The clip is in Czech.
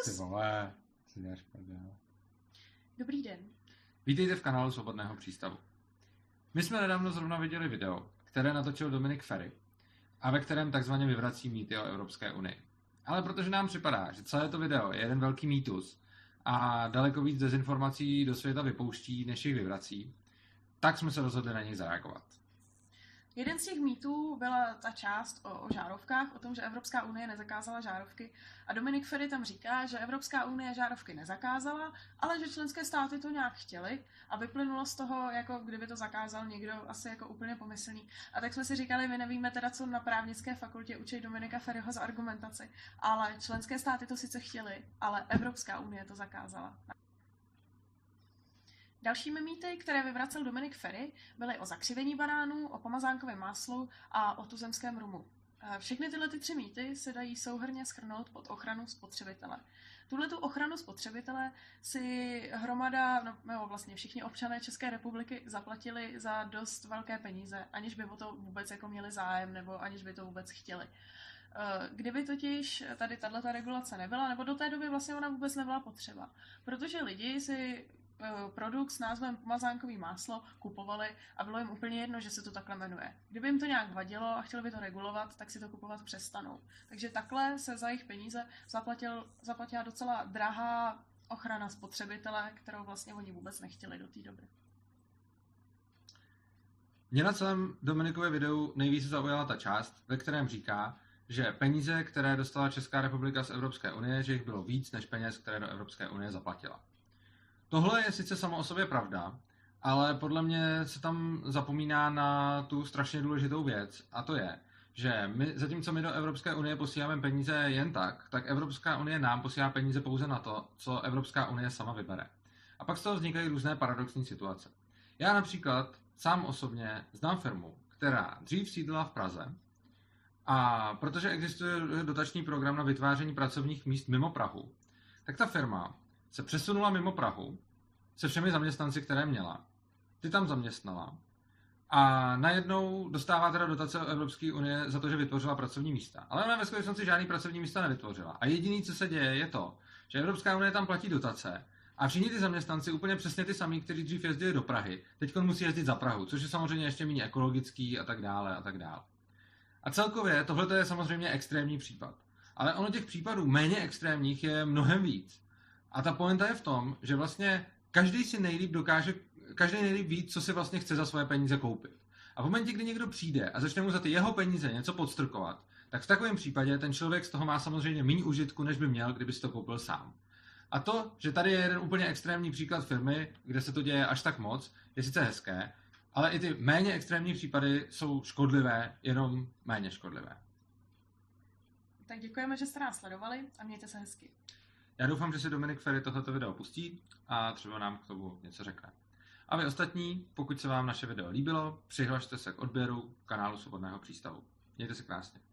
Ty vole, si děláš prdel. Dobrý den. Vítejte v kanálu Svobodného přístavu. My jsme nedávno zrovna viděli video, které natočil Dominic Ferry a ve kterém takzvaně vyvrací mýty o Evropské unii. Ale protože nám připadá, že celé to video je jeden velký mýtus a daleko víc dezinformací do světa vypouští, než jich vyvrací, tak jsme se rozhodli na něj zareagovat. Jeden z těch mýtů byla ta část o žárovkách, o tom, že Evropská unie nezakázala žárovky. A Dominic Ferry tam říká, že Evropská unie žárovky nezakázala, ale že členské státy to nějak chtěly a vyplynulo z toho, jako kdyby to zakázal někdo asi jako úplně pomyslný. A tak jsme si říkali, my nevíme teda, co na právnické fakultě učí Dominika Ferryho za argumentaci, ale členské státy to sice chtěly, ale Evropská unie to zakázala. Dalšími mýty, které vyvracel Dominic Ferry, byly o zakřivení banánů, o pomazánkovém máslu a o tuzemském rumu. Všechny tyhle tři mýty se dají souhrnně shrnout pod ochranu spotřebitele. Tuhletu ochranu spotřebitele si hromada, no vlastně všichni občané České republiky zaplatili za dost velké peníze, aniž by o to vůbec jako měli zájem nebo aniž by to vůbec chtěli. Kdyby totiž tady tato regulace nebyla, nebo do té doby vlastně ona vůbec nebyla potřeba, protože lidi si produkt s názvem pomazánkový máslo kupovali a bylo jim úplně jedno, že se to takhle jmenuje. Kdyby jim to nějak vadilo a chtěli by to regulovat, tak si to kupovat přestanou. Takže takhle se za jejich peníze zaplatila docela drahá ochrana spotřebitele, kterou vlastně oni vůbec nechtěli do té doby. Mě na celém Dominikově videu nejvíce zaujala ta část, ve kterém říká, že peníze, které dostala Česká republika z Evropské unie, že jich bylo víc než peněz, které do Evropské unie zaplatila. Tohle je sice samo o sobě pravda, ale podle mě se tam zapomíná na tu strašně důležitou věc, a to je, že zatímco my do Evropské unie posíláme peníze jen tak Evropská unie nám posílá peníze pouze na to, co Evropská unie sama vybere. A pak z toho vznikají různé paradoxní situace. Já například sám osobně znám firmu, která dřív sídlila v Praze, a protože existuje dotační program na vytváření pracovních míst mimo Prahu, tak ta firma se přesunula mimo Prahu se všemi zaměstnanci, které měla. Ty tam zaměstnala a najednou dostává teda dotace od Evropské unie za to, že vytvořila pracovní místa. Ale ona ve skutečnosti žádný pracovní místa nevytvořila. A jediné, co se děje, je to, že Evropská unie tam platí dotace a všichni ty zaměstnanci, úplně přesně ty samí, kteří dřív jezdili do Prahy, teď musí jezdit za Prahu, což je samozřejmě ještě méně ekologický a tak dále a tak dále. A celkově tohle je samozřejmě extrémní případ. Ale ono těch případů méně extrémních je mnohem víc. A ta pointa je v tom, že vlastně každý nejlíp ví, co si vlastně chce za svoje peníze koupit. A v momentě, kdy někdo přijde a začne mu za ty jeho peníze něco podstrkovat, tak v takovém případě ten člověk z toho má samozřejmě méně užitku, než by měl, kdyby si to koupil sám. A to, že tady je jeden úplně extrémní příklad firmy, kde se to děje až tak moc, je sice hezké, ale i ty méně extrémní případy jsou škodlivé, jenom méně škodlivé. Tak děkujeme, že jste nás sledovali a mějte se hezky. Já doufám, že si Dominic Ferry tohleto video pustí a třeba nám k tomu něco řekne. A vy ostatní, pokud se vám naše video líbilo, přihlašte se k odběru kanálu Svobodného přístavu. Mějte se krásně.